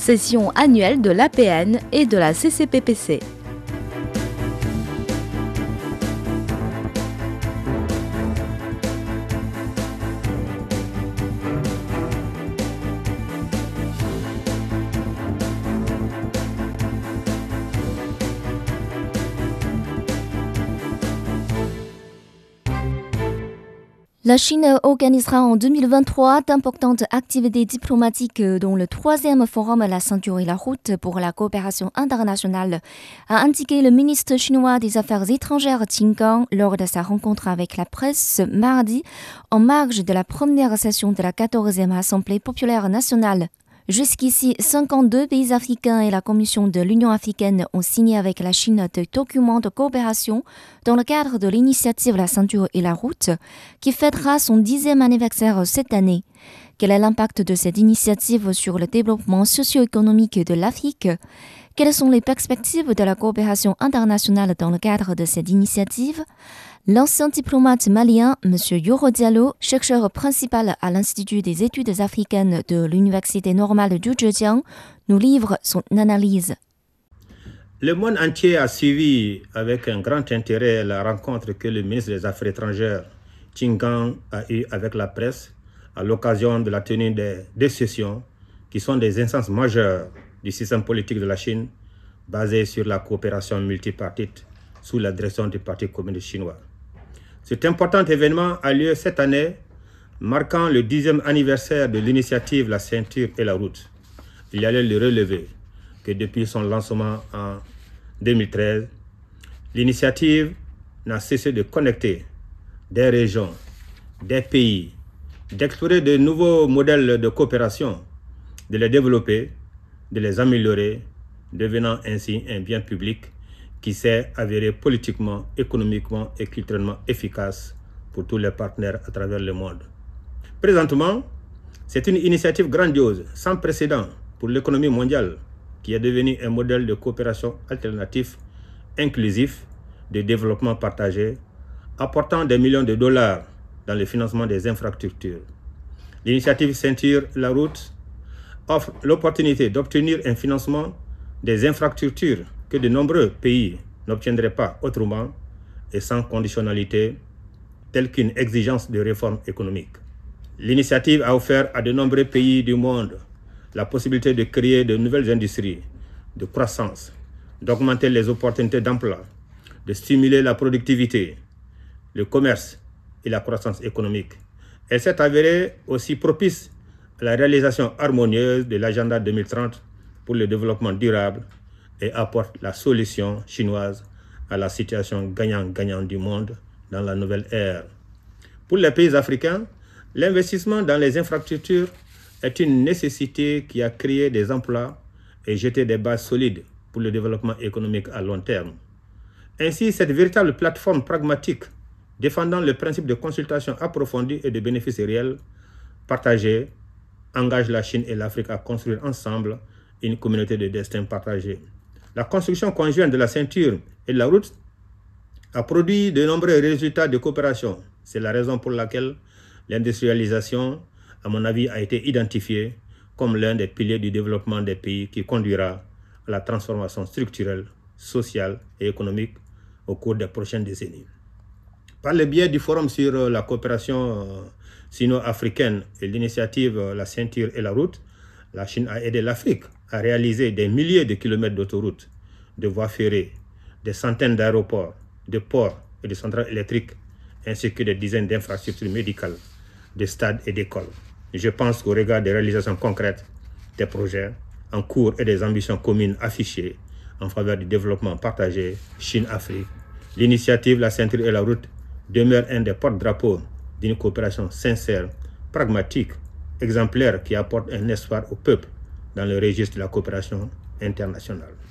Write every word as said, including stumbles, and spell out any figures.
session annuelle de l'A P N et de la C C P P C. La Chine organisera en deux mille vingt-trois d'importantes activités diplomatiques dont le troisième forum La ceinture et la route pour la coopération internationale, a indiqué le ministre chinois des Affaires étrangères Qin Gang lors de sa rencontre avec la presse mardi en marge de la première session de la quatorzième Assemblée populaire nationale. Jusqu'ici, cinquante-deux pays africains et la Commission de l'Union africaine ont signé avec la Chine des documents de coopération dans le cadre de l'initiative La ceinture et la route, qui fêtera son dixième anniversaire cette année. Quel est l'impact de cette initiative sur le développement socio-économique de l'Afrique ? Quelles sont les perspectives de la coopération internationale dans le cadre de cette initiative ? L'ancien diplomate malien, M. Yoro Diallo, chercheur principal à l'Institut des études africaines de l'Université normale du Zhejiang, nous livre son analyse. Le monde entier a suivi avec un grand intérêt la rencontre que le ministre des Affaires étrangères, Qin Gang, a eue avec la presse à l'occasion de la tenue des deux sessions qui sont des instances majeures du système politique de la Chine basées sur la coopération multipartite sous la direction du Parti communiste chinois. Cet important événement a lieu cette année, marquant le dixième anniversaire de l'initiative La ceinture et la route. Il y a le relever que depuis son lancement en deux mille treize, l'initiative n'a cessé de connecter des régions, des pays, d'explorer de nouveaux modèles de coopération, de les développer, de les améliorer, devenant ainsi un bien public qui s'est avéré politiquement, économiquement et culturellement efficace pour tous les partenaires à travers le monde. Présentement, c'est une initiative grandiose, sans précédent pour l'économie mondiale, qui est devenue un modèle de coopération alternatif, inclusif, de développement partagé, apportant des millions de dollars dans le financement des infrastructures. L'initiative Ceinture la route offre l'opportunité d'obtenir un financement des infrastructures que de nombreux pays n'obtiendraient pas autrement et sans conditionnalité, telle qu'une exigence de réforme économique. L'initiative a offert à de nombreux pays du monde la possibilité de créer de nouvelles industries, de croissance, d'augmenter les opportunités d'emploi, de stimuler la productivité, le commerce et la croissance économique. Elle s'est avérée aussi propice à la réalisation harmonieuse de l'agenda deux mille trente pour le développement durable et apporte la solution chinoise à la situation gagnant-gagnant du monde dans la nouvelle ère. Pour les pays africains, l'investissement dans les infrastructures est une nécessité qui a créé des emplois et jeté des bases solides pour le développement économique à long terme. Ainsi, cette véritable plateforme pragmatique défendant le principe de consultation approfondie et de bénéfices réels partagés engage la Chine et l'Afrique à construire ensemble une communauté de destin partagé. La construction conjointe de la ceinture et de la route a produit de nombreux résultats de coopération. C'est la raison pour laquelle l'industrialisation, à mon avis, a été identifiée comme l'un des piliers du développement des pays qui conduira à la transformation structurelle, sociale et économique au cours des prochaines décennies. Par le biais du Forum sur la coopération sino-africaine et l'initiative La ceinture et la route, la Chine a aidé l'Afrique à réaliser des milliers de kilomètres d'autoroutes, de voies ferrées, des centaines d'aéroports, de ports et de centrales électriques, ainsi que des dizaines d'infrastructures médicales, de stades et d'écoles. Je pense qu'au regard des réalisations concrètes des projets en cours et des ambitions communes affichées en faveur du développement partagé Chine-Afrique, l'initiative La ceinture et la route demeure un des porte-drapeaux d'une coopération sincère, pragmatique, exemplaire qui apporte un espoir au peuple dans le registre de la coopération internationale.